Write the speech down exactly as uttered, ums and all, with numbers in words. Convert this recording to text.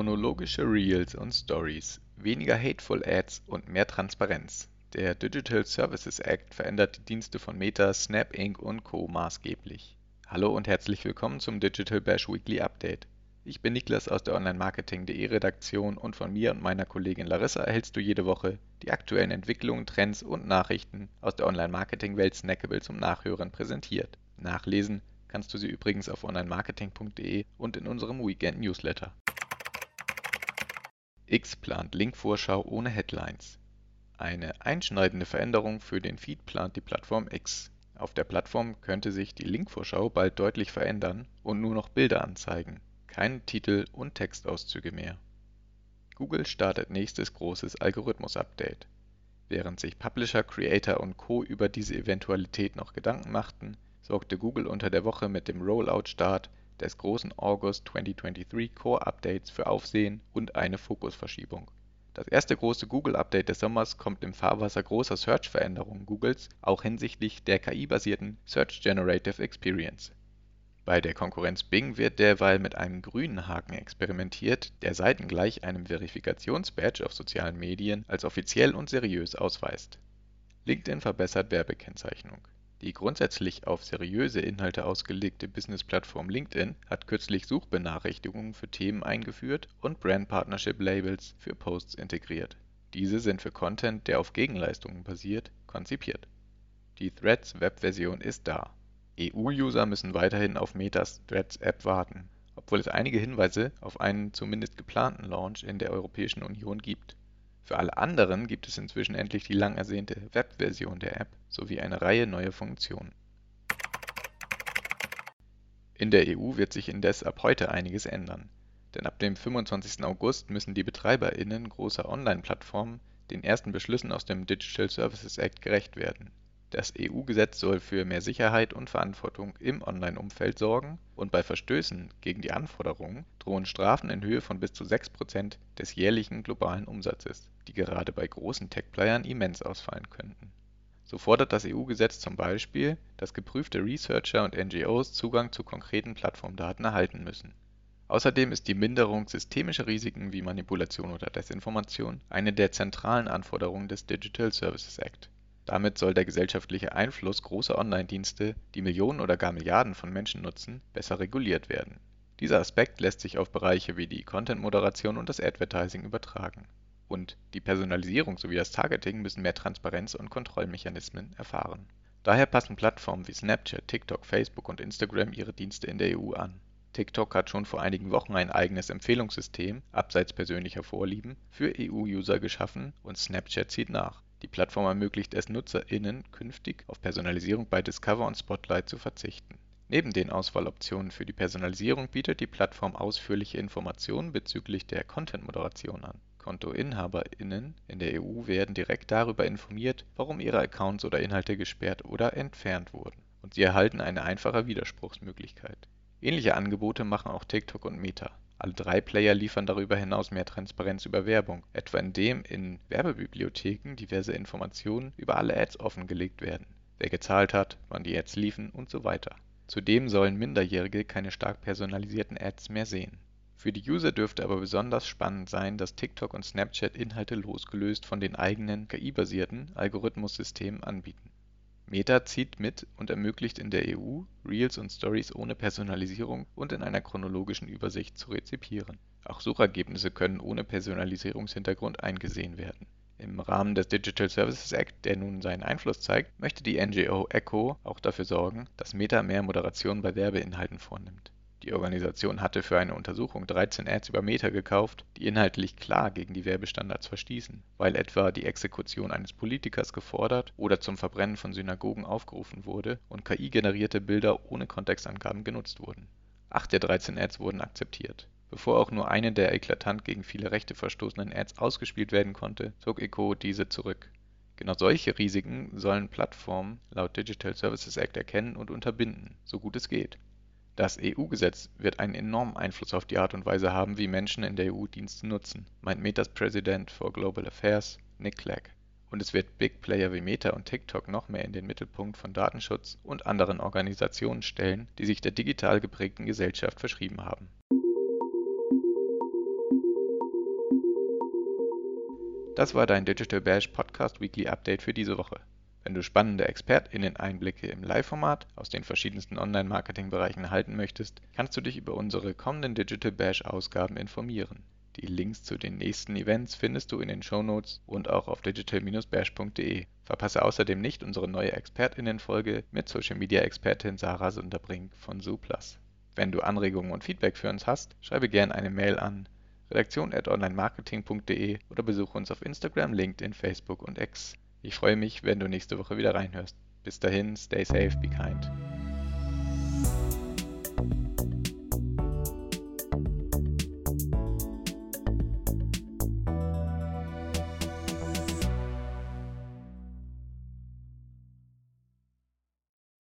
Chronologische Reels und Stories, weniger Hateful Ads und mehr Transparenz. Der Digital Services Act verändert die Dienste von Meta, Snap Inc und Co. maßgeblich. Hallo und herzlich willkommen zum Digital Bash Weekly Update. Ich bin Niklas aus der Online Marketing punkt de Redaktion und von mir und meiner Kollegin Larissa erhältst du jede Woche die aktuellen Entwicklungen, Trends und Nachrichten aus der Online-Marketing-Welt Snackable zum Nachhören präsentiert. Nachlesen kannst du sie übrigens auf online marketing punkt de und in unserem Weekend-Newsletter. X plant Linkvorschau ohne Headlines. Eine einschneidende Veränderung für den Feed plant die Plattform X. Auf der Plattform könnte sich die Linkvorschau bald deutlich verändern und nur noch Bilder anzeigen, keine Titel und Textauszüge mehr. Google startet nächstes großes Algorithmus-Update. Während sich Publisher, Creator und Co. über diese Eventualität noch Gedanken machten, sorgte Google unter der Woche mit dem Rollout-Start des großen August zweitausenddreiundzwanzig Core Updates für Aufsehen und eine Fokusverschiebung. Das erste große Google-Update des Sommers kommt im Fahrwasser großer Search-Veränderungen Googles, auch hinsichtlich der K I-basierten Search Generative Experience. Bei der Konkurrenz Bing wird derweil mit einem grünen Haken experimentiert, der seitengleich einem Verifikationsbadge auf sozialen Medien als offiziell und seriös ausweist. LinkedIn verbessert Werbekennzeichnung. Die grundsätzlich auf seriöse Inhalte ausgelegte Business-Plattform LinkedIn hat kürzlich Suchbenachrichtigungen für Themen eingeführt und Brand-Partnership-Labels für Posts integriert. Diese sind für Content, der auf Gegenleistungen basiert, konzipiert. Die Threads-Webversion ist da. E U-User müssen weiterhin auf Metas Threads-App warten, obwohl es einige Hinweise auf einen zumindest geplanten Launch in der Europäischen Union gibt. Für alle anderen gibt es inzwischen endlich die lang ersehnte Webversion der App sowie eine Reihe neuer Funktionen. In der E U wird sich indes ab heute einiges ändern, denn ab dem fünfundzwanzigsten August müssen die BetreiberInnen großer Online-Plattformen den ersten Beschlüssen aus dem Digital Services Act gerecht werden. Das E U-Gesetz soll für mehr Sicherheit und Verantwortung im Online-Umfeld sorgen und bei Verstößen gegen die Anforderungen drohen Strafen in Höhe von bis zu sechs Prozent des jährlichen globalen Umsatzes, die gerade bei großen Tech-Playern immens ausfallen könnten. So fordert das E U-Gesetz zum Beispiel, dass geprüfte Researcher und N G Os Zugang zu konkreten Plattformdaten erhalten müssen. Außerdem ist die Minderung systemischer Risiken wie Manipulation oder Desinformation eine der zentralen Anforderungen des Digital Services Act. Damit soll der gesellschaftliche Einfluss großer Online-Dienste, die Millionen oder gar Milliarden von Menschen nutzen, besser reguliert werden. Dieser Aspekt lässt sich auf Bereiche wie die Content-Moderation und das Advertising übertragen. Und die Personalisierung sowie das Targeting müssen mehr Transparenz und Kontrollmechanismen erfahren. Daher passen Plattformen wie Snapchat, TikTok, Facebook und Instagram ihre Dienste in der E U an. TikTok hat schon vor einigen Wochen ein eigenes Empfehlungssystem, abseits persönlicher Vorlieben, für E U-User geschaffen und Snapchat zieht nach. Die Plattform ermöglicht es NutzerInnen künftig auf Personalisierung bei Discover und Spotlight zu verzichten. Neben den Auswahloptionen für die Personalisierung bietet die Plattform ausführliche Informationen bezüglich der Content-Moderation an. KontoinhaberInnen in der E U werden direkt darüber informiert, warum ihre Accounts oder Inhalte gesperrt oder entfernt wurden. Und sie erhalten eine einfache Widerspruchsmöglichkeit. Ähnliche Angebote machen auch TikTok und Meta. Alle drei Player liefern darüber hinaus mehr Transparenz über Werbung, etwa indem in Werbebibliotheken diverse Informationen über alle Ads offengelegt werden, wer gezahlt hat, wann die Ads liefen und so weiter. Zudem sollen Minderjährige keine stark personalisierten Ads mehr sehen. Für die User dürfte aber besonders spannend sein, dass TikTok und Snapchat Inhalte losgelöst von den eigenen K I-basierten Algorithmussystemen anbieten. Meta zieht mit und ermöglicht in der E U, Reels und Stories ohne Personalisierung und in einer chronologischen Übersicht zu rezipieren. Auch Suchergebnisse können ohne Personalisierungshintergrund eingesehen werden. Im Rahmen des Digital Services Act, der nun seinen Einfluss zeigt, möchte die N G O Echo auch dafür sorgen, dass Meta mehr Moderation bei Werbeinhalten vornimmt. Die Organisation hatte für eine Untersuchung dreizehn Ads über Meta gekauft, die inhaltlich klar gegen die Werbestandards verstießen, weil etwa die Exekution eines Politikers gefordert oder zum Verbrennen von Synagogen aufgerufen wurde und K I-generierte Bilder ohne Kontextangaben genutzt wurden. Acht der dreizehn Ads wurden akzeptiert. Bevor auch nur eine der eklatant gegen viele Rechte verstoßenen Ads ausgespielt werden konnte, zog Echo diese zurück. Genau solche Risiken sollen Plattformen laut Digital Services Act erkennen und unterbinden, so gut es geht. Das E U-Gesetz wird einen enormen Einfluss auf die Art und Weise haben, wie Menschen in der E U Dienste nutzen, meint Metas President for Global Affairs, Nick Clegg. Und es wird Big Player wie Meta und TikTok noch mehr in den Mittelpunkt von Datenschutz und anderen Organisationen stellen, die sich der digital geprägten Gesellschaft verschrieben haben. Das war dein Digital Bash Podcast Weekly Update für diese Woche. Wenn du spannende ExpertInnen-Einblicke im Live-Format aus den verschiedensten Online-Marketing-Bereichen erhalten möchtest, kannst du dich über unsere kommenden Digital Bash-Ausgaben informieren. Die Links zu den nächsten Events findest du in den Shownotes und auch auf digital Bindestrich bash punkt de. Verpasse außerdem nicht unsere neue ExpertInnen-Folge mit Social-Media-Expertin Sarah Sunderbrink von Zooplus. Wenn du Anregungen und Feedback für uns hast, schreibe gerne eine Mail an redaktion at onlinemarketing punkt de oder besuche uns auf Instagram, LinkedIn, Facebook und X. Ich freue mich, wenn du nächste Woche wieder reinhörst. Bis dahin, stay safe, be kind.